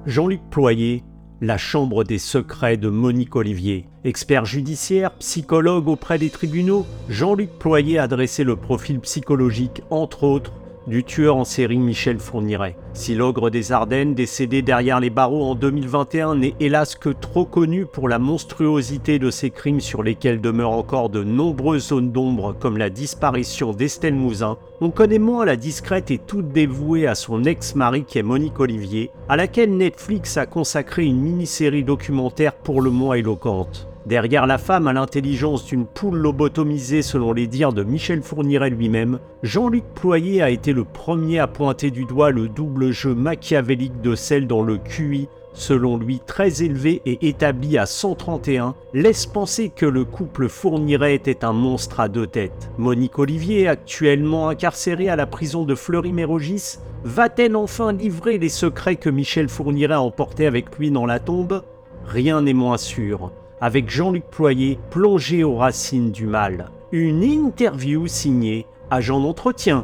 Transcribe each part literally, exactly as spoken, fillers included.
Jean-Luc Ployer, la chambre des secrets de Monique Olivier. Expert judiciaire, psychologue auprès des tribunaux, Jean-Luc Ployer a dressé le profil psychologique, entre autres, du tueur en série Michel Fourniret. Si l'ogre des Ardennes, décédé derrière les barreaux en deux mille vingt et un, n'est hélas que trop connu pour la monstruosité de ses crimes sur lesquels demeurent encore de nombreuses zones d'ombre comme la disparition d'Estelle Mouzin, on connaît moins la discrète et toute dévouée à son ex-mari qui est Monique Olivier, à laquelle Netflix a consacré une mini-série documentaire pour le moins éloquente. Derrière la femme à l'intelligence d'une poule lobotomisée selon les dires de Michel Fourniret lui-même, Jean-Luc Ployer a été le premier à pointer du doigt le double jeu machiavélique de celle dont le Q I, selon lui très élevé et établi à cent trente et un, laisse penser que le couple Fourniret était un monstre à deux têtes. Monique Olivier, actuellement incarcérée à la prison de Fleury-Mérogis, va-t-elle enfin livrer les secrets que Michel Fourniret a emportés avec lui dans la tombe ? Rien n'est moins sûr. Avec Jean-Luc Ployer, plongé aux racines du mal. Une interview signée Agent d'entretien.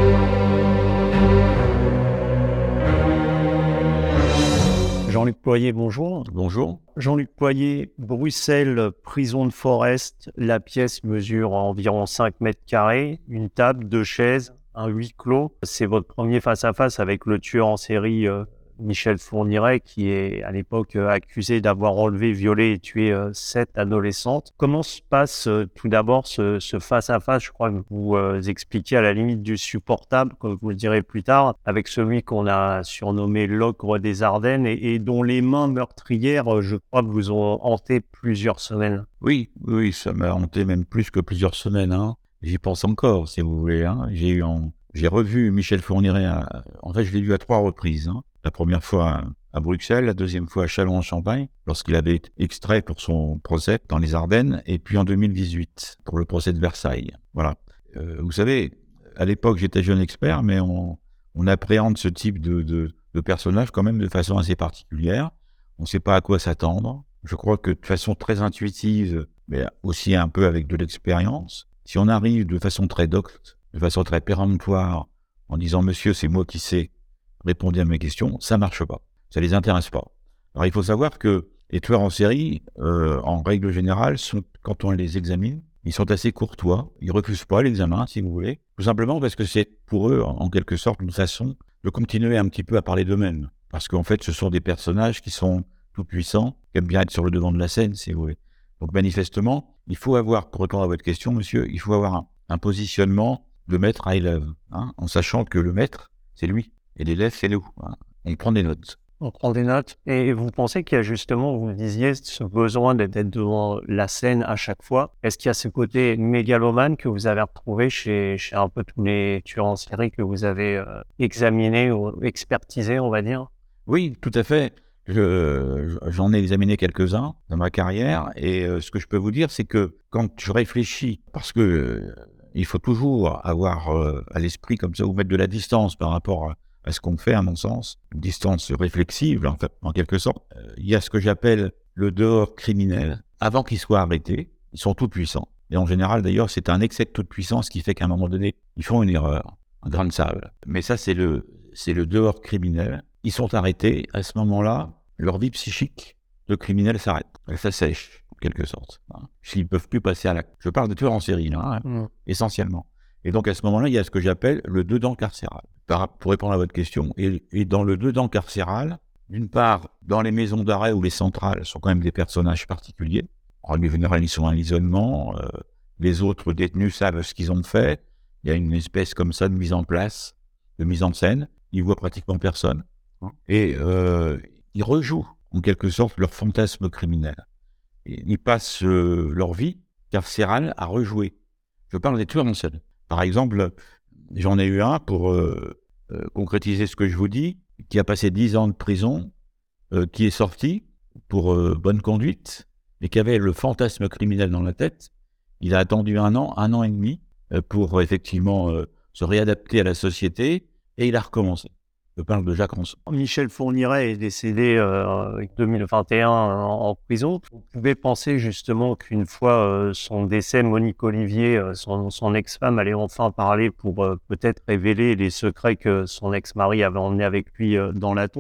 Jean-Luc Ployer, bonjour. Bonjour. Jean-Luc Ployer, Bruxelles, prison de Forest. La pièce mesure environ cinq mètres carrés, une table, deux chaises, un huis clos. C'est votre premier face-à-face avec le tueur en série euh, Michel Fourniret, qui est à l'époque euh, accusé d'avoir enlevé, violé et tué euh, sept adolescentes. Comment se passe euh, tout d'abord ce, ce face-à-face ? Je crois que vous euh, expliquez à la limite du supportable, comme vous le direz plus tard, avec celui qu'on a surnommé l'ogre des Ardennes et, et dont les mains meurtrières, euh, je crois, vous ont hanté plusieurs semaines. Oui, oui, ça m'a hanté même plus que plusieurs semaines. Hein. J'y pense encore, si vous voulez. Hein. J'ai eu en... j'ai revu Michel Fourniret. À... En fait, je l'ai vu à trois reprises. Hein. La première fois à Bruxelles, la deuxième fois à Châlons-en-Champagne, lorsqu'il avait été extrait pour son procès dans les Ardennes, et puis en deux mille dix-huit, pour le procès de Versailles. Voilà. Euh, vous savez, à l'époque, j'étais jeune expert, mais on, on appréhende ce type de, de, de personnage quand même de façon assez particulière. On ne sait pas à quoi s'attendre. Je crois que de façon très intuitive, mais aussi un peu avec de l'expérience, si on arrive de façon très docte, de façon très péremptoire, en disant « Monsieur, c'est moi qui sais », répondez à mes questions, ça marche pas. Ça les intéresse pas. Alors, il faut savoir que les tueurs en série, euh, en règle générale, sont, quand on les examine, ils sont assez courtois. Ils refusent pas l'examen, si vous voulez. Tout simplement parce que c'est pour eux, en quelque sorte, une façon de continuer un petit peu à parler d'eux-mêmes. Parce qu'en fait, ce sont des personnages qui sont tout puissants, qui aiment bien être sur le devant de la scène, si vous voulez. Donc, manifestement, il faut avoir, pour répondre à votre question, monsieur, il faut avoir un, un positionnement de maître à élève, hein, en sachant que le maître, c'est lui. Et l'élève, c'est nous. Hein. On prend des notes. On prend des notes. Et vous pensez qu'il y a justement, vous le disiez, ce besoin d'être devant la scène à chaque fois. Est-ce qu'il y a ce côté mégalomane que vous avez retrouvé chez, chez un peu tous les tueurs en série que vous avez euh, examinés ou expertisés, on va dire ? Oui, tout à fait. Je, j'en ai examiné quelques-uns dans ma carrière. Et euh, ce que je peux vous dire, c'est que quand je réfléchis, parce que euh, il faut toujours avoir euh, à l'esprit comme ça, ou mettre de la distance par rapport à à ce qu'on fait, à mon sens, une distance réflexive, en fait, en quelque sorte. Euh, il y a ce que j'appelle le dehors criminel. Avant qu'ils soient arrêtés, ils sont tout puissants. Et en général, d'ailleurs, c'est un excès de toute puissance qui fait qu'à un moment donné, ils font une erreur, un grain de sable. Mais ça, c'est le, c'est le dehors criminel. Ils sont arrêtés. À ce moment-là, leur vie psychique de criminel s'arrête. Elle s'assèche, en quelque sorte. Hein. S'ils ne peuvent plus passer à l'acte. Je parle de tueurs en série, là, hein, mmh. essentiellement. Et donc, à ce moment-là, il y a ce que j'appelle le dedans carcéral. Pour répondre à votre question, et, et dans le dedans carcéral, d'une part, dans les maisons d'arrêt ou les centrales sont quand même des personnages particuliers. En règle générale, ils sont à l'isolement. Euh, les autres détenus savent ce qu'ils ont fait. Il y a une espèce comme ça de mise en place, de mise en scène. Ils voient pratiquement personne. Et euh, ils rejouent, en quelque sorte, leur fantasme criminel. Et ils passent euh, leur vie carcérale à rejouer. Je parle des tueurs en scène. Par exemple, j'en ai eu un pour euh, euh, concrétiser ce que je vous dis, qui a passé dix ans de prison, euh, qui est sorti pour euh, bonne conduite, mais qui avait le fantasme criminel dans la tête. Il a attendu un an, un an et demi, euh, pour effectivement euh, se réadapter à la société, et il a recommencé. Je parle de Jacques Ranson. Michel Fourniret est décédé euh, en deux mille vingt et un en, en prison. Vous pouvez penser justement qu'une fois euh, son décès, Monique Olivier, euh, son, son ex-femme, allait enfin parler pour euh, peut-être révéler les secrets que son ex-mari avait emmenés avec lui euh, dans la tombe.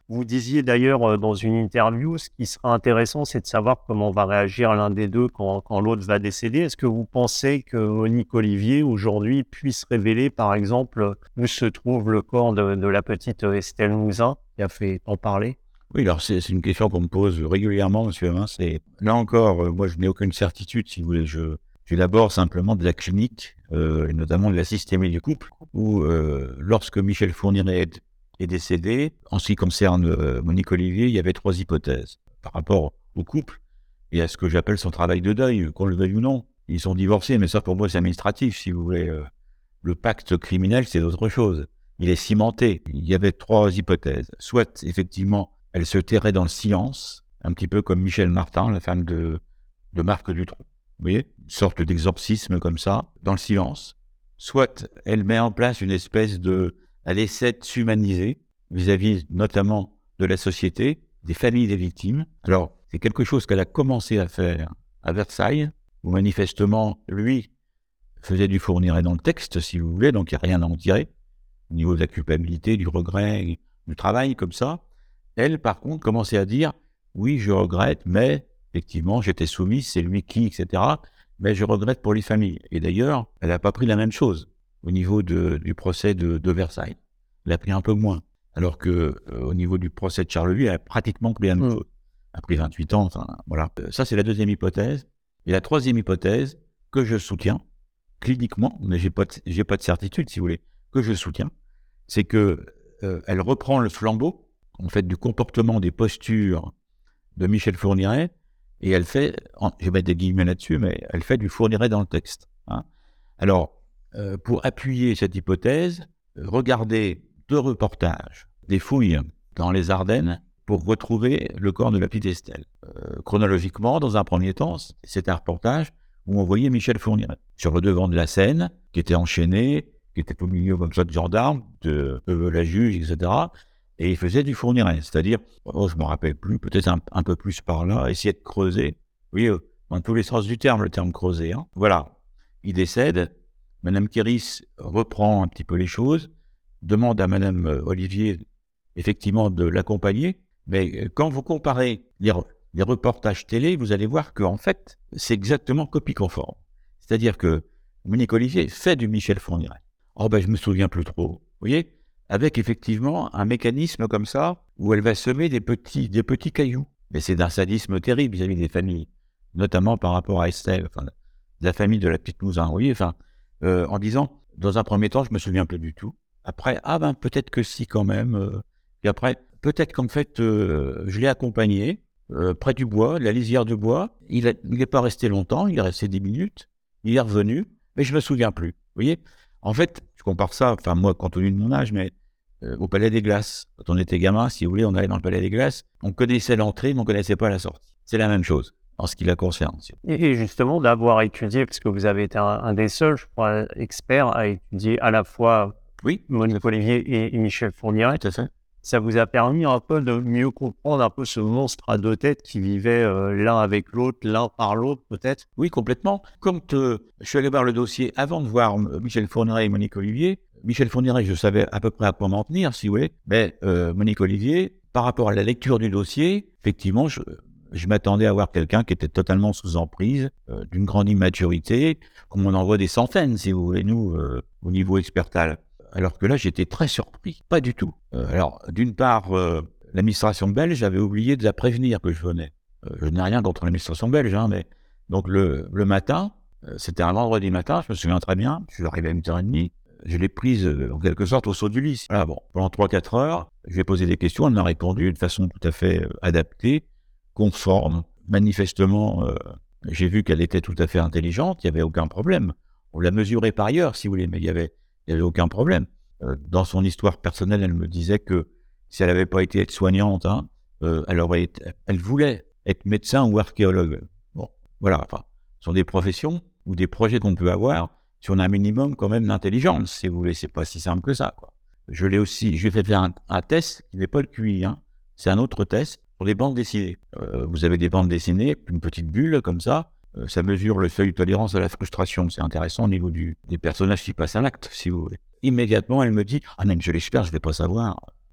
Vous disiez d'ailleurs euh, dans une interview, ce qui sera intéressant, c'est de savoir comment va réagir l'un des deux quand, quand l'autre va décéder. Est-ce que vous pensez que Monique Olivier, aujourd'hui, puisse révéler, par exemple, où se trouve le corps de, de la petite Estelle Mouzin, qui a fait tant parler? Oui, alors c'est c'est une question qu'on me pose régulièrement, monsieur. Hein, c'est là encore, euh, moi je n'ai aucune certitude, si vous voulez. Je j'élabore simplement de la clinique, euh, et notamment de la systémie du couple, où euh, lorsque Michel Fourniret est, est décédé, en ce qui concerne euh, Monique Olivier, il y avait trois hypothèses par rapport au couple et à ce que j'appelle son travail de deuil, qu'on le veuille ou non. Ils sont divorcés, mais ça pour moi c'est administratif, si vous voulez. Euh, le pacte criminel, c'est autre chose. Il est cimenté. Il y avait trois hypothèses. Soit effectivement elle se tairait dans le silence, un petit peu comme Michel Martin, la femme de, de Marc Dutronc. Vous voyez, une sorte d'exorcisme comme ça, dans le silence. Soit elle met en place une espèce de... Elle essaie de s'humaniser vis-à-vis notamment de la société, des familles des victimes. Alors, c'est quelque chose qu'elle a commencé à faire à Versailles, où manifestement, lui faisait du Fourniret dans le texte, si vous voulez, donc il n'y a rien à en tirer, au niveau de la culpabilité, du regret, du travail, comme ça. Elle, par contre, commençait à dire « Oui, je regrette, mais effectivement, j'étais soumise, c'est lui qui, et cetera. Mais je regrette pour les familles. » Et d'ailleurs, elle n'a pas pris la même chose au niveau de, du procès de, de Versailles. Elle a pris un peu moins. Alors que euh, au niveau du procès de Charleville, elle a pratiquement pris la même chose. Elle a pris vingt-huit ans, enfin, voilà. Euh, ça, c'est la deuxième hypothèse. Et la troisième hypothèse, que je soutiens, cliniquement, mais j'ai pas de, j'ai pas de certitude, si vous voulez, que je soutiens, c'est que euh, elle reprend le flambeau, en fait, du comportement, des postures de Michel Fourniret, et elle fait, je vais mettre des guillemets là-dessus, mais elle fait du Fourniret dans le texte. Hein. Alors, euh, pour appuyer cette hypothèse, regardez deux reportages, des fouilles dans les Ardennes, pour retrouver le corps de la petite Estelle. Euh, chronologiquement, dans un premier temps, c'est un reportage où on voyait Michel Fourniret sur le devant de la scène, qui était enchaîné, qui était au milieu comme ça de gendarmes, de, de la juge, et cetera, et il faisait du Fourniret, c'est-à-dire, oh, je ne me rappelle plus, peut-être un, un peu plus par là, essayer de creuser. Oui, euh, dans tous les sens du terme, le terme creuser. Hein. Voilà. Il décède, Madame Kéris reprend un petit peu les choses, demande à Madame Olivier, effectivement, de l'accompagner, mais quand vous comparez les, les reportages télé, vous allez voir qu'en fait, c'est exactement copie conforme. C'est-à-dire que Monique Olivier fait du Michel Fourniret. Oh ben, je me souviens plus trop. Vous voyez ? Avec effectivement un mécanisme comme ça, où elle va semer des petits, des petits cailloux. Mais c'est d'un sadisme terrible vis-à-vis des familles, notamment par rapport à Estelle, enfin, la famille de la petite Mouzin, vous voyez, enfin, euh, en disant, dans un premier temps, je me souviens plus du tout. Après, ah ben peut-être que si quand même. Euh, et après, peut-être qu'en fait, euh, je l'ai accompagné euh, près du bois, la lisière de bois. Il n'est pas resté longtemps, il est resté dix minutes. Il est revenu, mais je me souviens plus. Vous voyez, en fait, je compare ça, enfin moi, compte tenu de mon âge, mais euh, au Palais des Glaces. Quand on était gamin, si vous voulez, on allait dans le Palais des Glaces. On connaissait l'entrée, mais on connaissait pas la sortie. C'est la même chose en ce qui la concerne. Et justement, d'avoir étudié, parce que vous avez été un, un des seuls, je crois, experts à étudier à la fois oui, Monique Olivier et, et Michel Fourniret. Tout à fait. Ça vous a permis un peu de mieux comprendre un peu ce monstre à deux têtes qui vivait euh, l'un avec l'autre, l'un par l'autre peut-être? Oui, complètement. Comme euh, je suis allé voir le dossier avant de voir Michel Fourniret et Monique Olivier, Michel Fourniret, je savais à peu près à quoi m'en tenir, si vous voulez, mais euh, Monique Olivier, par rapport à la lecture du dossier, effectivement, je, je m'attendais à voir quelqu'un qui était totalement sous emprise, euh, d'une grande immaturité, comme on en voit des centaines, si vous voulez, nous, euh, au niveau expertal. Alors que là, j'étais très surpris. Pas du tout. Euh, alors, d'une part, euh, l'administration belge avait oublié de la prévenir que je venais. Euh, je n'ai rien contre l'administration belge, hein, mais... Donc, le, le matin, euh, c'était un vendredi matin, je me souviens très bien, je suis arrivé à huit heures trente, je l'ai prise, euh, en quelque sorte, au saut du lit. Voilà, bon, pendant trois quatre heures, je lui ai posé des questions, elle m'a répondu de façon tout à fait euh, adaptée, conforme. Manifestement, euh, j'ai vu qu'elle était tout à fait intelligente, il n'y avait aucun problème. On l'a mesuré par ailleurs, si vous voulez, mais il y avait... Il n'y avait aucun problème. Euh, dans son histoire personnelle, elle me disait que si elle n'avait pas été aide-soignante, hein, euh, elle, aurait été, elle voulait être médecin ou archéologue. Bon, voilà. Enfin, ce sont des professions ou des projets qu'on peut avoir si on a un minimum quand même d'intelligence, si vous voulez. C'est pas si simple que ça, quoi. Je l'ai aussi, je lui ai fait faire un, un test qui n'est pas le Q I, hein. C'est un autre test pour les bandes dessinées. Euh, vous avez des bandes dessinées, une petite bulle comme ça. Euh, ça mesure le seuil de tolérance à la frustration. C'est intéressant au niveau du, des personnages qui passent à l'acte, si vous voulez. Immédiatement, elle me dit « Ah non, je l'espère, je ne vais pas savoir. »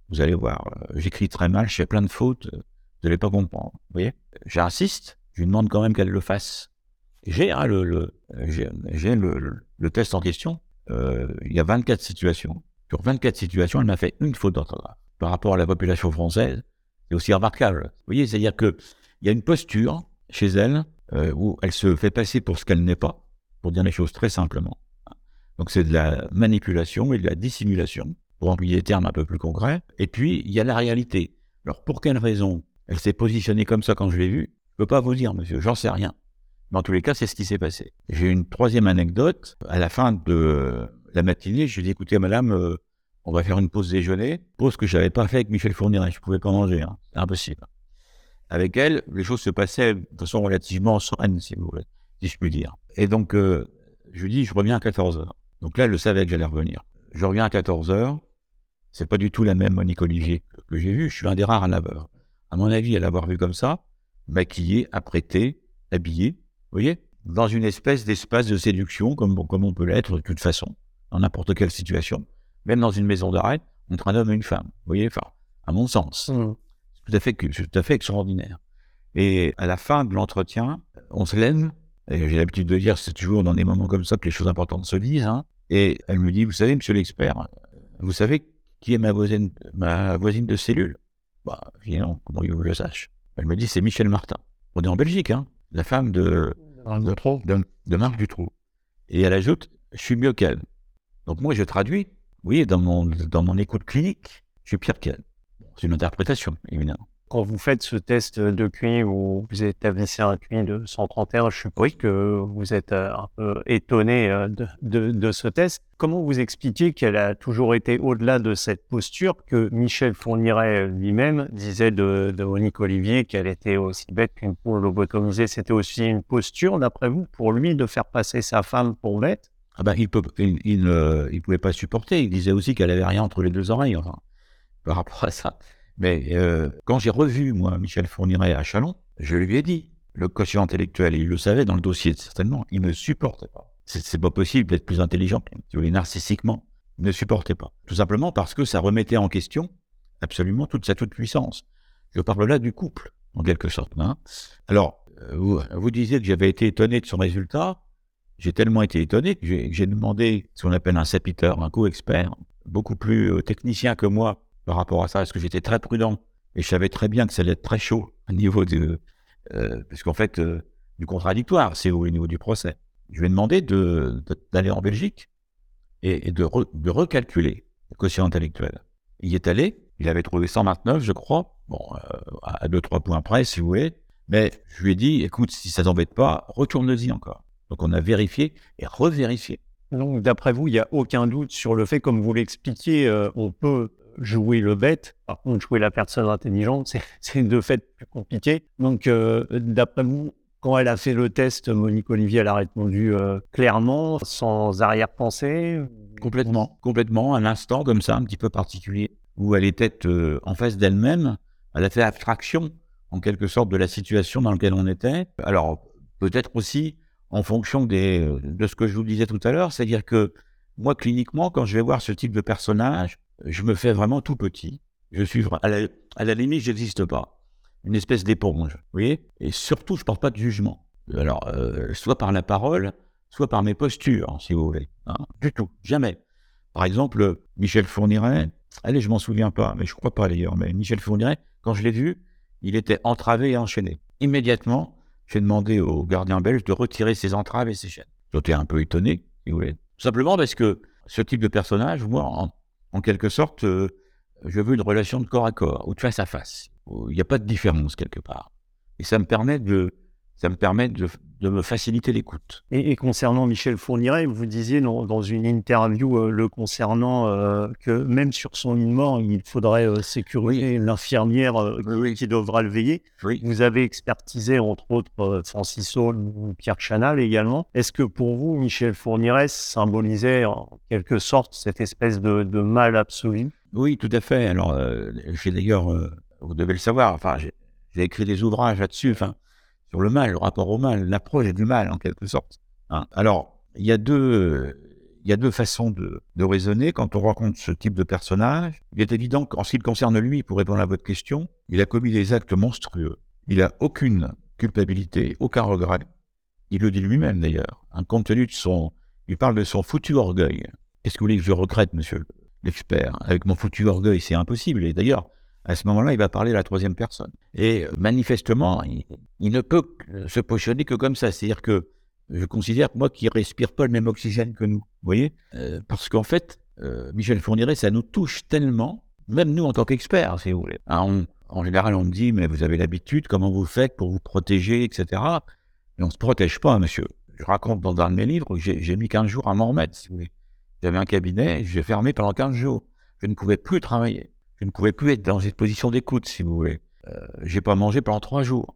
vous allez voir, euh, j'écris très mal, je fais plein de fautes, euh, vous n'allez pas comprendre. Vous voyez, j'insiste, je lui demande quand même qu'elle le fasse. J'ai, hein, le, le, j'ai, j'ai le, le, le test en question, euh, il y a vingt-quatre situations. Sur vingt-quatre situations, elle m'a fait une faute d'orthographe. Par rapport à la population française, c'est aussi remarquable. Vous voyez, c'est-à-dire qu'il y a une posture chez elle euh, où elle se fait passer pour ce qu'elle n'est pas, pour dire les choses très simplement. Donc c'est de la manipulation et de la dissimulation, pour employer des termes un peu plus concrets. Et puis, il y a la réalité. Alors, pour quelle raison elle s'est positionnée comme ça quand je l'ai vue? Je ne peux pas vous dire, monsieur, j'en sais rien. Mais en tous les cas, c'est ce qui s'est passé. J'ai une troisième anecdote. À la fin de la matinée, je lui ai dit, écoutez, madame, euh, on va faire une pause déjeuner. Pause que je n'avais pas fait avec Michel Fourniret. Je ne pouvais pas manger, hein. C'est impossible. Avec elle, les choses se passaient de façon relativement sereine, si vous voulez, si je puis dire. Et donc, euh, je lui dis, je reviens à quatorze heures. Donc là, elle le savait que j'allais revenir. Je reviens à quatorze heures. C'est pas du tout la même Monique Olivier que, que j'ai vue. Je suis un des rares à l'avoir. À mon avis, à l'avoir vue comme ça, maquillée, apprêtée, habillée, vous voyez, dans une espèce d'espace de séduction, comme, comme on peut l'être de toute façon, dans n'importe quelle situation, même dans une maison d'arrêt, entre un homme et une femme. Vous voyez, enfin, à mon sens. Mmh. C'est tout à fait, tout à fait extraordinaire. Et à la fin de l'entretien, on se lève, et j'ai l'habitude de dire, c'est toujours dans des moments comme ça que les choses importantes se disent, hein, et elle me dit, vous savez, monsieur l'expert, vous savez qui est ma voisine, ma voisine de cellule? Bah, je dis non, comment vous le sache? Elle me dit, c'est Michel Martin. On est en Belgique, hein, la femme de, de, de, de Marc Dutroux. Et elle ajoute, je suis mieux qu'elle. Donc moi, je traduis, vous voyez, dans mon, dans mon écoute clinique, je suis pire qu'elle. C'est une interprétation, évidemment. Quand vous faites ce test de Q I où vous établissez un Q I de cent trente et un, je suppose oui. que vous êtes un peu étonné de, de, de ce test. Comment vous expliquez qu'elle a toujours été au-delà de cette posture que Michel Fourniret lui-même disait de, de Monique Olivier qu'elle était aussi bête qu'une poule lobotomisée? C'était aussi une posture, d'après vous, pour lui de faire passer sa femme pour bête? Ah ben, il ne il, il, euh, il pouvait pas supporter. Il disait aussi qu'elle avait rien entre les deux oreilles, enfin, par rapport à ça. Mais euh, quand j'ai revu, moi, Michel Fourniret à Châlons, je lui ai dit, le quotient intellectuel, il le savait dans le dossier, certainement, il ne me supportait pas. C'est, c'est pas possible d'être plus intelligent, si vous voulez, narcissiquement. Il ne supportait pas. Tout simplement parce que ça remettait en question absolument toute sa toute-puissance. Je parle là du couple, en quelque sorte. Hein. Alors, euh, vous, vous disiez que j'avais été étonné de son résultat. J'ai tellement été étonné que j'ai, que j'ai demandé ce qu'on appelle un sapiteur, un co-expert, beaucoup plus euh, technicien que moi, par rapport à ça, parce que j'étais très prudent et je savais très bien que ça allait être très chaud au niveau de, euh, parce qu'en fait, euh, du contradictoire, c'est au niveau du procès. Je lui ai demandé de, de, d'aller en Belgique et, et de, re, de recalculer le quotient intellectuel. Il y est allé, il avait trouvé cent vingt-neuf, je crois, bon, euh, à deux, trois points près, si vous voulez, mais je lui ai dit, écoute, si ça t'embête pas, retourne-y encore. Donc on a vérifié et revérifié. Donc d'après vous, il n'y a aucun doute sur le fait, comme vous l'expliquiez, euh, on peut jouer le bête, par contre jouer la personne intelligente, c'est, c'est de fait plus compliqué. Donc euh, d'après vous, quand elle a fait le test, Monique Olivier, elle a répondu euh, clairement, sans arrière-pensée? Complètement, complètement, un instant comme ça, un petit peu particulier, où elle était euh, en face d'elle-même, elle a fait abstraction, en quelque sorte, de la situation dans laquelle on était. Alors, peut-être aussi en fonction des, de ce que je vous disais tout à l'heure, c'est-à-dire que moi, cliniquement, quand je vais voir ce type de personnage, je me fais vraiment tout petit. Je suis à la, à la limite, je n'existe pas. Une espèce d'éponge, vous voyez? Et surtout, je ne porte pas de jugement. Alors, euh, soit par la parole, soit par mes postures, si vous voulez. Hein, du tout, jamais. Par exemple, Michel Fourniret, allez, je m'en souviens pas, mais je crois pas d'ailleurs, mais Michel Fourniret, quand je l'ai vu, il était entravé et enchaîné. Immédiatement, j'ai demandé au gardien belge de retirer ses entraves et ses chaînes. J'étais un peu étonné, si vous voulez. Tout simplement parce que ce type de personnage, moi, en, en quelque sorte, euh, je veux une relation de corps à corps, ou de face à face. Il n'y a pas de différence quelque part. Et ça me permet de, ça me permet de, de me faciliter l'écoute. Et, et concernant Michel Fourniret, vous disiez dans, dans une interview euh, le concernant euh, que même sur son lit de mort, il faudrait euh, sécuriser oui. l'infirmière euh, qui, oui. qui devra le veiller. Oui. Vous avez expertisé entre autres euh, Francis Saule ou Pierre Chanal également. Est-ce que pour vous, Michel Fourniret symbolisait en quelque sorte cette espèce de, de mal absolu? Oui, tout à fait. Alors, euh, j'ai d'ailleurs, euh, vous devez le savoir, enfin, j'ai, j'ai écrit des ouvrages là-dessus, enfin, sur le mal, le rapport au mal, l'approche du mal, en quelque sorte. Hein. Alors, il y a deux, il y a deux façons de, de raisonner quand on rencontre ce type de personnage. Il est évident qu'en ce qui le concerne lui, pour répondre à votre question, il a commis des actes monstrueux. Il n'a aucune culpabilité, aucun regret. Il le dit lui-même d'ailleurs, hein, compte tenu de son... Il parle de son foutu orgueil. Qu'est-ce que vous voulez que je regrette, monsieur l'expert? Avec mon foutu orgueil, c'est impossible. Et d'ailleurs, à ce moment-là, il va parler à la troisième personne. Et euh, manifestement, il, il ne peut se positionner que comme ça. C'est-à-dire que je considère, moi, qu'il ne respire pas le même oxygène que nous. Vous voyez euh, Parce qu'en fait, euh, Michel Fourniret, ça nous touche tellement, même nous en tant qu'experts, si vous voulez. Hein, on, en général, on me dit, mais vous avez l'habitude, comment vous faites pour vous protéger, et cetera. Mais on ne se protège pas, monsieur. Je raconte dans un de mes livres que j'ai, j'ai mis quinze jours à m'en remettre, si vous voulez. J'avais un cabinet, j'ai fermé pendant quinze jours. Je ne pouvais plus travailler. Je ne pouvais plus être dans cette position d'écoute, si vous voulez. Euh, j'ai pas mangé pendant trois jours.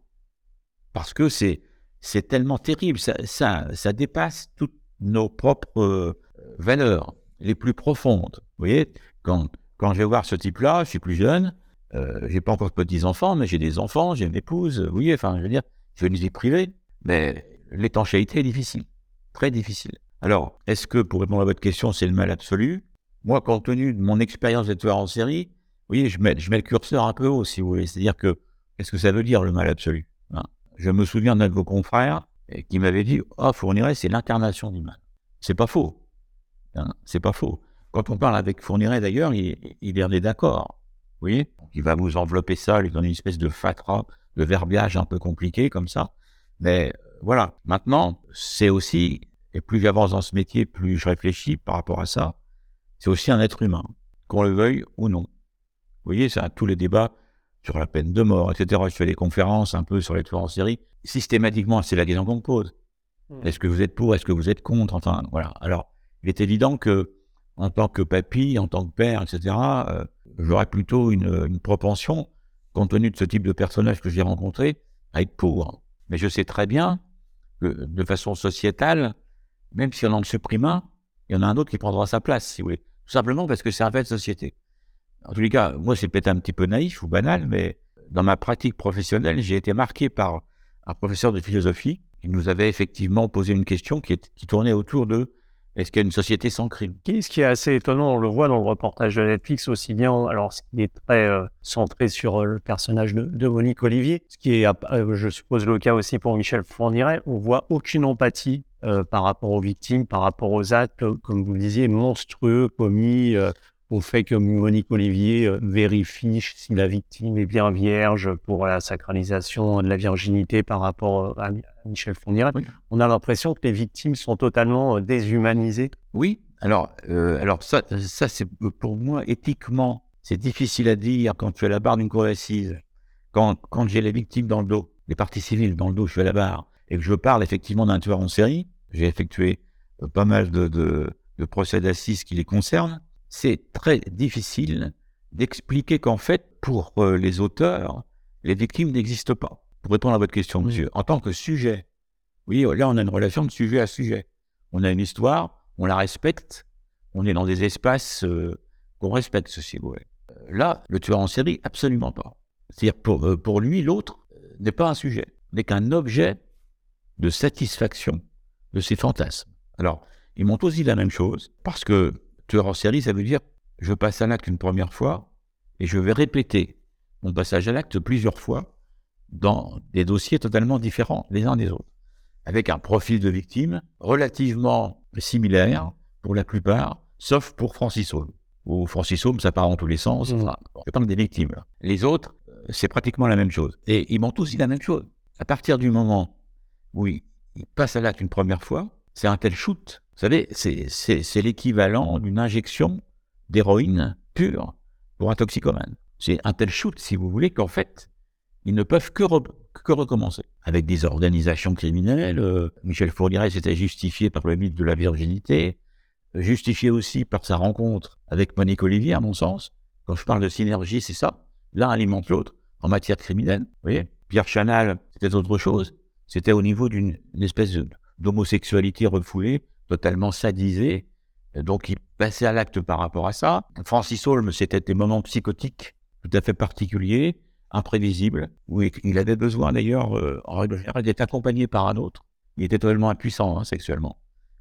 Parce que c'est, c'est tellement terrible. Ça, ça, ça dépasse toutes nos propres euh, valeurs les plus profondes. Vous voyez, quand, quand je vais voir ce type-là, je suis plus jeune, euh, j'ai pas encore de petits-enfants, mais j'ai des enfants, j'ai une épouse. Vous voyez, enfin, je veux dire, j'ai une vie privée. Mais l'étanchéité est difficile. Très difficile. Alors, est-ce que, pour répondre à votre question, c'est le mal absolu? Moi, compte tenu de mon expérience de tueur en série, vous voyez, je mets, je mets le curseur un peu haut, si vous voulez. C'est-à-dire que, qu'est-ce que ça veut dire, le mal absolu, hein? Je me souviens d'un de vos confrères qui m'avait dit « Ah, oh, Fourniret, c'est l'incarnation du mal. » C'est pas faux. Hein, c'est pas faux. Quand on parle avec Fourniret, d'ailleurs, il, il en est d'accord. Vous voyez? Il va vous envelopper ça, lui donner une espèce de fatras, de verbiage un peu compliqué, comme ça. Mais voilà. Maintenant, c'est aussi, et plus j'avance dans ce métier, plus je réfléchis par rapport à ça, c'est aussi un être humain, qu'on le veuille ou non. Vous voyez, ça a tous les débats sur la peine de mort, et cetera. Je fais des conférences un peu sur les tueurs en série. Systématiquement, c'est la question qu'on me pose. Mmh. Est-ce que vous êtes pour? Est-ce que vous êtes contre? Enfin, voilà. Alors, il est évident que, en tant que papy, en tant que père, et cetera, euh, j'aurais plutôt une, une propension, compte tenu de ce type de personnage que j'ai rencontré, à être pour. Mais je sais très bien que, de façon sociétale, même si on en supprime un, il y en a un autre qui prendra sa place, si vous voulez. Tout simplement parce que c'est un fait de société. En tous les cas, moi, c'est peut-être un petit peu naïf ou banal, mais dans ma pratique professionnelle, j'ai été marqué par un professeur de philosophie qui nous avait effectivement posé une question qui, est, qui tournait autour de « Est-ce qu'il y a une société sans crime ?» Ce qui est assez étonnant, on le voit dans le reportage de Netflix aussi bien, alors ce qui est très euh, centré sur euh, le personnage de, de Monique Olivier, ce qui est, euh, je suppose, le cas aussi pour Michel Fourniret, on voit aucune empathie euh, par rapport aux victimes, par rapport aux actes, comme vous le disiez, monstrueux commis euh, au fait que Monique Olivier euh, vérifie si la victime est bien vierge pour la sacralisation de la virginité par rapport à, à Michel Fourniret. Oui. On a l'impression que les victimes sont totalement euh, déshumanisées. Oui, alors, euh, alors ça, ça c'est pour moi éthiquement, c'est difficile à dire quand tu es à la barre d'une cour d'assises. Quand, quand j'ai les victimes dans le dos, les parties civiles dans le dos, je suis à la barre, et que je parle effectivement d'un tueur en série, j'ai effectué euh, pas mal de, de, de procès d'assises qui les concernent. C'est très difficile d'expliquer qu'en fait, pour euh, les auteurs, les victimes n'existent pas. Pour répondre à votre question, mmh. monsieur, en tant que sujet, oui, là, on a une relation de sujet à sujet. On a une histoire, on la respecte, on est dans des espaces euh, qu'on respecte, ceci, oui. Euh, là, le tueur en série, absolument pas. C'est-à-dire, pour, euh, pour lui, l'autre euh, n'est pas un sujet, n'est qu'un objet de satisfaction de ses fantasmes. Alors, ils m'ont tous dit la même chose, parce que tueur en série, ça veut dire je passe à l'acte une première fois et je vais répéter mon passage à l'acte plusieurs fois dans des dossiers totalement différents les uns des autres, avec un profil de victime relativement similaire pour la plupart, sauf pour Francis Holm. Où Francis Holm, ça part dans tous les sens. Mmh. Enfin, je parle des victimes. Là. Les autres, c'est pratiquement la même chose. Et ils m'ont tous dit la même chose. À partir du moment où ils passent à l'acte une première fois, c'est un tel shoot. Vous savez, c'est, c'est, c'est l'équivalent d'une injection d'héroïne pure pour un toxicomane. C'est un tel shoot, si vous voulez, qu'en fait, ils ne peuvent que, re, que recommencer. Avec des organisations criminelles, euh, Michel Fourniret s'était justifié par le mythe de la virginité, justifié aussi par sa rencontre avec Monique Olivier, à mon sens. Quand je parle de synergie, c'est ça. L'un alimente l'autre en matière criminelle. Vous voyez, Pierre Chanal, c'était autre chose. C'était au niveau d'une espèce de, d'homosexualité refoulée, totalement sadisée. Donc, il passait à l'acte par rapport à ça. Francis Holm, c'était des moments psychotiques tout à fait particuliers, imprévisibles, où il avait besoin d'ailleurs, euh, en règle générale, d'être accompagné par un autre. Il était totalement impuissant hein, sexuellement.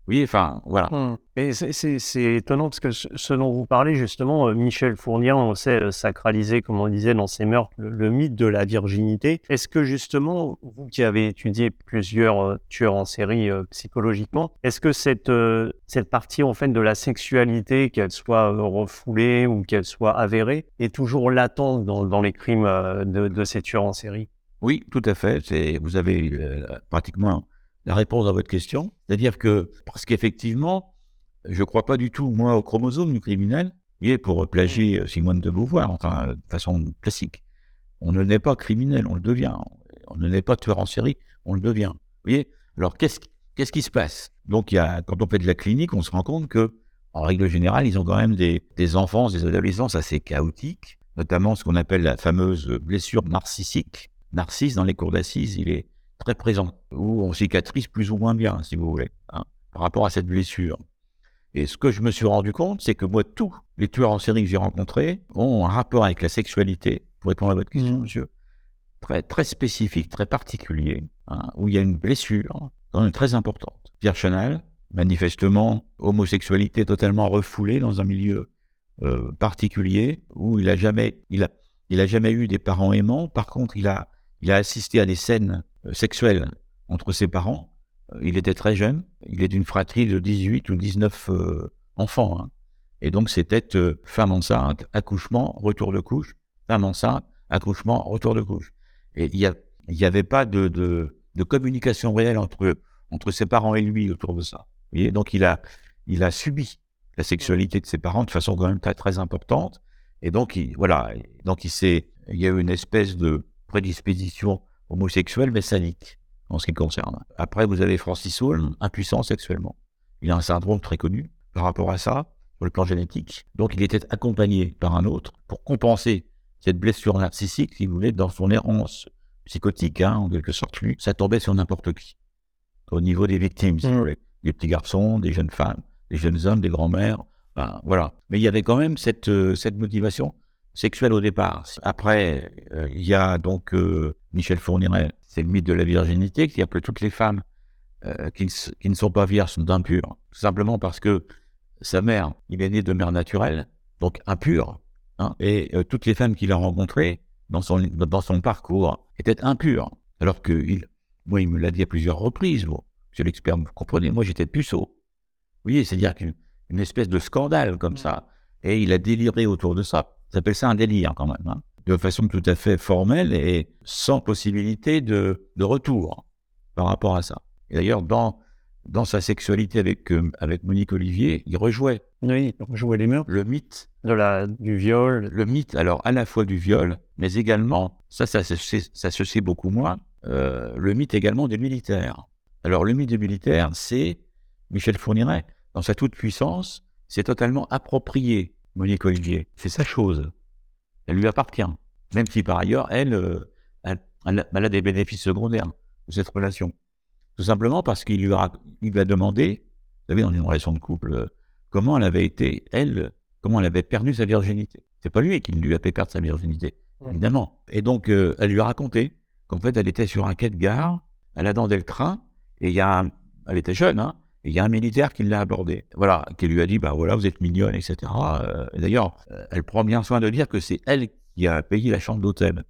voyez, enfin, voilà. Mmh. Et c'est, c'est, c'est étonnant parce que ce, ce dont vous parlez justement, euh, Michel Fournier, on sait euh, sacraliser, comme on disait dans ses meurtres, le, le mythe de la virginité. Est-ce que justement, vous qui avez étudié plusieurs euh, tueurs en série euh, psychologiquement, est-ce que cette, euh, cette partie en fait de la sexualité, qu'elle soit euh, refoulée ou qu'elle soit avérée, est toujours latente dans, dans les crimes euh, de, de ces tueurs en série? Oui, tout à fait. C'est, vous avez euh, pratiquement la réponse à votre question. C'est-à-dire que, parce qu'effectivement, je ne crois pas du tout, moi, au chromosome du criminel, et pour plagier euh, Simone de Beauvoir, enfin, de façon classique. On ne naît pas criminel, on le devient. On ne naît pas tueur en série, on le devient. Vous voyez? Alors, qu'est-ce, qu'est-ce qui se passe? Donc, il y a, quand on fait de la clinique, on se rend compte que, en règle générale, ils ont quand même des, des enfances, des adolescences assez chaotiques, notamment ce qu'on appelle la fameuse blessure narcissique. Narcisse, dans les cours d'assises, il est très présent, où on cicatrise plus ou moins bien, si vous voulez, hein, par rapport à cette blessure. Et ce que je me suis rendu compte, c'est que moi, tous les tueurs en série que j'ai rencontrés ont un rapport avec la sexualité, pour répondre à votre question, mmh. monsieur, très, très spécifique, très particulier, hein, où il y a une blessure quand même très importante. Pierre Chenal, manifestement, homosexualité totalement refoulée dans un milieu euh, particulier, où il a jamais, il a, il a jamais eu des parents aimants. Par contre, il a, il a assisté à des scènes euh, sexuelles entre ses parents. Il était très jeune, il est d'une fratrie de dix-huit ou dix-neuf euh, enfants. Hein. Et donc, c'était euh, femme enceinte, accouchement, retour de couche, femme enceinte, accouchement, retour de couche. Et il n'y avait pas de, de, de communication réelle entre, entre ses parents et lui autour de ça. Vous voyez, donc, il a, il a subi la sexualité de ses parents de façon quand même très, très importante. Et donc, il, voilà, donc il, s'est, il y a eu une espèce de prédisposition homosexuelle, mais sadique, en ce qui le concerne. Après, vous avez Francis Saul, impuissant sexuellement. Il a un syndrome très connu par rapport à ça, sur le plan génétique. Donc, il était accompagné par un autre pour compenser cette blessure narcissique, si vous voulez, dans son errance psychotique, hein, en quelque sorte. Lui, ça tombait sur n'importe qui. Au niveau des victimes, si mmh. vous voulez. Des petits garçons, des jeunes femmes, des jeunes hommes, des grands-mères, ben, voilà. Mais il y avait quand même cette, euh, cette motivation sexuelle au départ. Après, euh, il y a donc euh, Michel Fournier, c'est le mythe de la virginité, qui appelle toutes les femmes euh, qui, qui ne sont pas vierges sont impures. Tout simplement parce que sa mère, il est né de mère naturelle, donc impure. Hein, et euh, toutes les femmes qu'il a rencontrées dans son, dans son parcours étaient impures. Alors que, il, moi, il me l'a dit à plusieurs reprises, bon, monsieur l'expert, vous comprenez, moi j'étais puceau. Vous voyez, c'est-à-dire qu'une une espèce de scandale comme ça. Et il a déliré autour de ça. Ça s'appelle ça un délire quand même. Hein, de façon tout à fait formelle et sans possibilité de, de retour par rapport à ça. Et d'ailleurs, dans, dans sa sexualité avec, euh, avec Monique Olivier, il rejouait. Oui, il rejouait les mœurs. Le mythe. De la, du viol. Le mythe, alors à la fois du viol, mais également, ça, ça, ça, ça, ça se sait beaucoup moins, euh, le mythe également des militaires. Alors le mythe des militaires, c'est Michel Fournier, dans sa toute-puissance, c'est totalement approprié Monique Olivier. C'est sa chose. Elle lui appartient. Même si par ailleurs, elle, euh, elle, elle, elle a des bénéfices secondaires de cette relation. Tout simplement parce qu'il lui a, il lui a demandé, vous savez, dans une relation de couple, euh, comment elle avait été, elle, comment elle avait perdu sa virginité. C'est pas lui qui lui a fait perdre sa virginité, mmh. évidemment. Et donc, euh, elle lui a raconté qu'en fait, elle était sur un quai de gare, elle attendait le train, et il y a un, elle était jeune, hein, et il y a un militaire qui l'a abordé, voilà, qui lui a dit, bah voilà, vous êtes mignonne, et cetera. Euh, et d'ailleurs, euh, elle prend bien soin de dire que c'est elle qui a payé la chambre d'hôtel.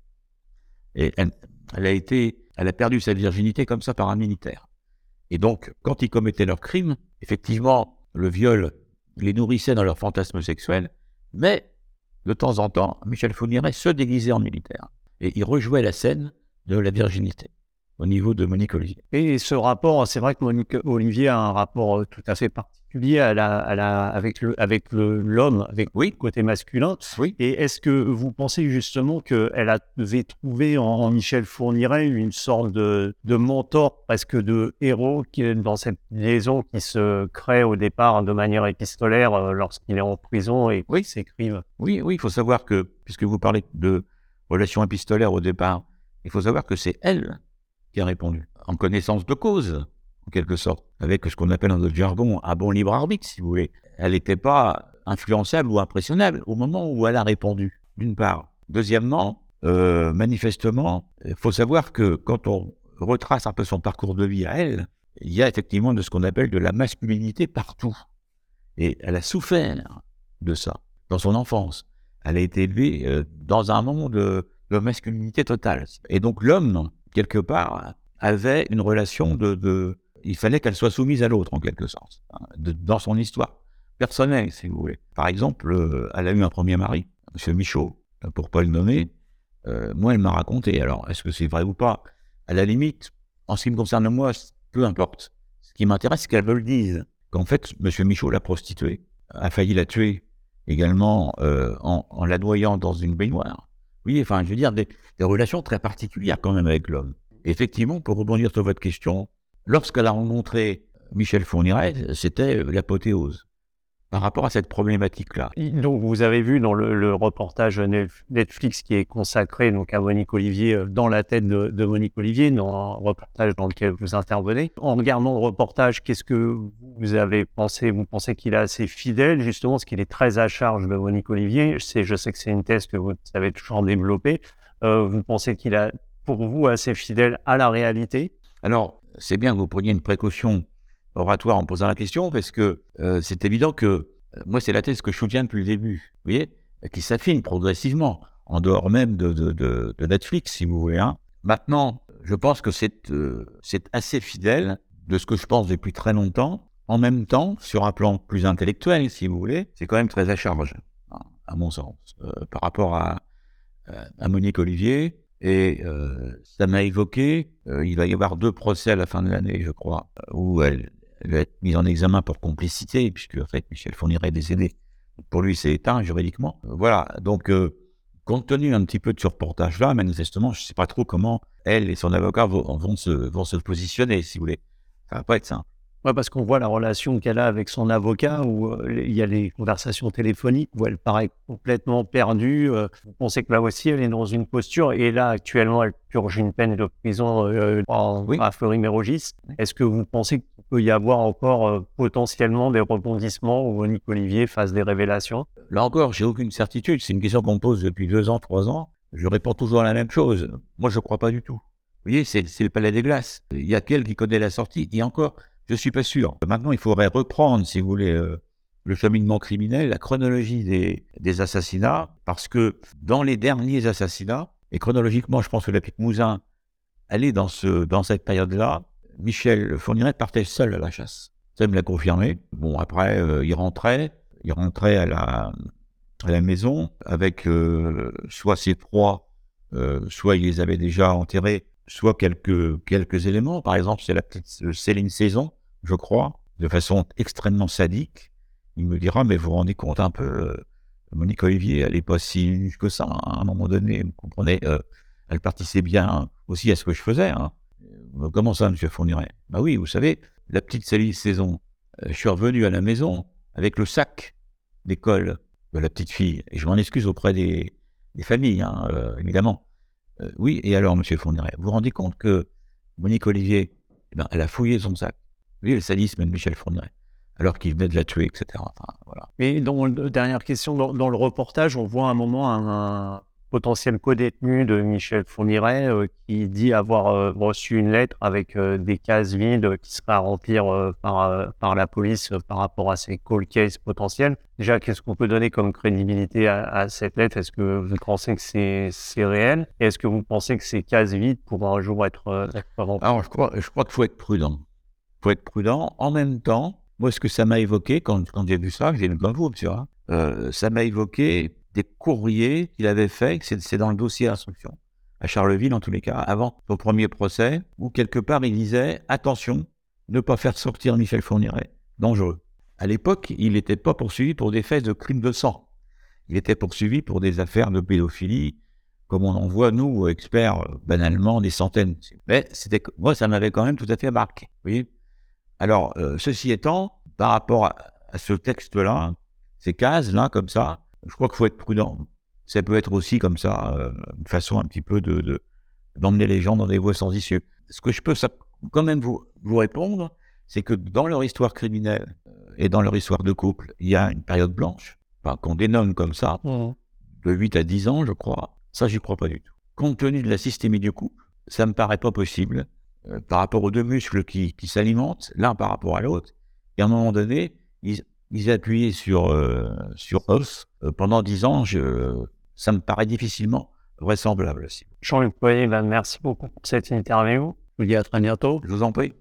Et elle, elle a été, elle a perdu sa virginité comme ça par un militaire. Et donc, quand ils commettaient leurs crimes, effectivement, le viol les nourrissait dans leur fantasme sexuel, mais de temps en temps, Michel Fournier se déguisait en militaire. Et il rejouait la scène de la virginité au niveau de Monique Olivier. Et ce rapport, c'est vrai que Monique Olivier a un rapport tout à fait particulier à la, à la, avec, le, avec le, l'homme, avec oui. le côté masculin. Oui. Et est-ce que vous pensez justement qu'elle avait trouvé en, en Michel Fournier une sorte de, de mentor, presque de héros, qui, dans cette liaison qui se crée au départ de manière épistolaire euh, lorsqu'il est en prison et oui. s'écrivent? Oui, oui, il faut savoir que, puisque vous parlez de relation épistolaire au départ, il faut savoir que c'est elle qui a répondu, en connaissance de cause, en quelque sorte, avec ce qu'on appelle dans notre jargon un bon libre arbitre, si vous voulez. Elle n'était pas influençable ou impressionnable au moment où elle a répondu, d'une part. Deuxièmement, euh, manifestement, il faut savoir que quand on retrace un peu son parcours de vie à elle, il y a effectivement de ce qu'on appelle de la masculinité partout. Et elle a souffert de ça dans son enfance. Elle a été élevée euh, dans un monde de, de masculinité totale. Et donc l'homme, quelque part, avait une relation de... de il fallait qu'elle soit soumise à l'autre, en quelque sens, hein, de, dans son histoire personnelle, si vous voulez. Par exemple, euh, elle a eu un premier mari, M. Michaud, pour ne pas le nommer. Euh, moi, elle m'a raconté. Alors, est-ce que c'est vrai ou pas? À la limite, en ce qui me concerne moi, peu importe. Ce qui m'intéresse, c'est qu'elle me le dise. Qu'en fait, M. Michaud l'a prostituée, a failli la tuer également euh, en, en la noyant dans une baignoire. Oui, enfin, je veux dire, des, des relations très particulières quand même avec l'homme. Et effectivement, pour rebondir sur votre question, lorsqu'elle a rencontré Michel Fourniret, c'était l'apothéose par rapport à cette problématique-là. Donc, vous avez vu dans le, le reportage Netflix qui est consacré donc, à Monique Olivier, dans la tête de, de Monique Olivier, dans un reportage dans lequel vous intervenez. En regardant le reportage, qu'est-ce que vous avez pensé? Vous pensez qu'il est assez fidèle, justement, parce qu'il est très à charge de Monique Olivier. Je sais, je sais que c'est une thèse que vous avez toujours développée. Euh, vous pensez qu'il est, pour vous, assez fidèle à la réalité? Alors, c'est bien que vous preniez une précaution oratoire en posant la question, parce que euh, c'est évident que euh, moi, c'est la thèse que je soutiens depuis le début, vous voyez, qui s'affine progressivement, en dehors même de, de, de, de Netflix, si vous voulez. Hein. Maintenant, je pense que c'est, euh, c'est assez fidèle de ce que je pense depuis très longtemps. En même temps, sur un plan plus intellectuel, si vous voulez, c'est quand même très à charge, hein, à mon sens, euh, par rapport à, à Monique Olivier. Et euh, ça m'a évoqué, euh, il va y avoir deux procès à la fin de l'année, je crois, où elle Elle va être mise en examen pour complicité, puisque en fait, Michel Fourniret est décédé. Pour lui, c'est éteint juridiquement. Euh, voilà, donc, euh, compte tenu un petit peu de ce reportage-là, manifestement, je ne sais pas trop comment elle et son avocat vont, vont, se, vont se positionner, si vous voulez. Ça ne va pas être simple. Ouais, parce qu'on voit la relation qu'elle a avec son avocat, où euh, il y a les conversations téléphoniques, où elle paraît complètement perdue. Euh, vous pensez que là aussi, elle est dans une posture, et là, actuellement, elle purge une peine de prison euh, en, Oui. à Fleury-Mérogis. Est-ce que vous pensez qu'il peut y avoir encore euh, potentiellement des rebondissements où Monique Olivier fasse des révélations? Là encore, j'ai aucune certitude. C'est une question qu'on me pose depuis deux ans, trois ans. Je réponds toujours à la même chose. Moi, je ne crois pas du tout. Vous voyez, c'est, c'est le palais des glaces. Il y a quelqu'un qui connaît la sortie, et encore... Je ne suis pas sûr. Maintenant, il faudrait reprendre, si vous voulez, euh, le cheminement criminel, la chronologie des, des assassinats, parce que dans les derniers assassinats, et chronologiquement, je pense que la petite Mouzin, elle est dans, ce, dans cette période-là, Michel Fourniret partait seul à la chasse. Ça me l'a confirmé. Bon, après, euh, il rentrait, il rentrait à la, à la maison avec euh, soit ses proies, euh, soit il les avait déjà enterrés, soit quelques, quelques éléments. Par exemple, c'est la petite Céline Saison, je crois, de façon extrêmement sadique. Il me dira, mais vous vous rendez compte un peu, euh, Monique Olivier, elle n'est pas si nulle que ça, hein, à un moment donné, vous comprenez, euh, elle participait bien aussi à ce que je faisais. Hein. Euh, comment ça, M. Fourniret? Bah oui, vous savez, la petite Céline Saison, euh, je suis revenu à la maison avec le sac d'école de la petite fille, et je m'en excuse auprès des, des familles, hein, euh, évidemment. Euh, oui, et alors, M. Fourniret, vous vous rendez compte que Monique Olivier, eh ben, elle a fouillé son sac. Vous voyez le sadisme de Michel Fourniret, alors qu'il venait de la tuer, et cetera. Enfin, voilà. Mais dans le, dernière question, dans, dans le reportage, on voit à un moment un, un potentiel co-détenu de Michel Fourniret euh, qui dit avoir euh, reçu une lettre avec euh, des cases vides qui seraient à remplir euh, par, euh, par la police euh, par rapport à ces cold cases potentiels. Déjà, qu'est-ce qu'on peut donner comme crédibilité à, à cette lettre? Est-ce que vous pensez que c'est, c'est réel? Et est-ce que vous pensez que ces cases vides pourront un jour être, euh, être remplies? Alors, je crois, je crois qu'il faut être prudent. Il faut être prudent. En même temps, moi, ce que ça m'a évoqué, quand, quand j'ai vu ça, j'ai vu comme vous, monsieur, hein, euh, ça m'a évoqué des courriers qu'il avait faits, c'est, c'est dans le dossier d'instruction, à Charleville en tous les cas, avant son premier procès, où quelque part il disait « Attention, ne pas faire sortir Michel Fourniret, dangereux ». À l'époque, il n'était pas poursuivi pour des faits de crimes de sang. Il était poursuivi pour des affaires de pédophilie, comme on en voit, nous, experts, banalement, des centaines. Mais c'était, moi, ça m'avait quand même tout à fait marqué, vous voyez. Alors, euh, ceci étant, par rapport à, à ce texte-là, ces cases-là, comme ça, je crois qu'il faut être prudent. Ça peut être aussi comme ça, euh, une façon un petit peu de, de, d'emmener les gens dans des voies sans issue. Ce que je peux ça, quand même vous, vous répondre, c'est que dans leur histoire criminelle et dans leur histoire de couple, il y a une période blanche, enfin, qu'on dénomme comme ça, mmh. de huit à dix ans, je crois. Ça, j'y crois pas du tout. Compte tenu de la systémie du couple, ça me paraît pas possible euh, par rapport aux deux muscles qui, qui s'alimentent, l'un par rapport à l'autre. Et à un moment donné, ils, ils appuyaient sur, euh, sur os. Euh, pendant dix ans, je, ça me paraît difficilement vraisemblable aussi. Jean-Luc Poirier, ben merci beaucoup pour cette interview. Je vous dis à très bientôt. Je vous en prie.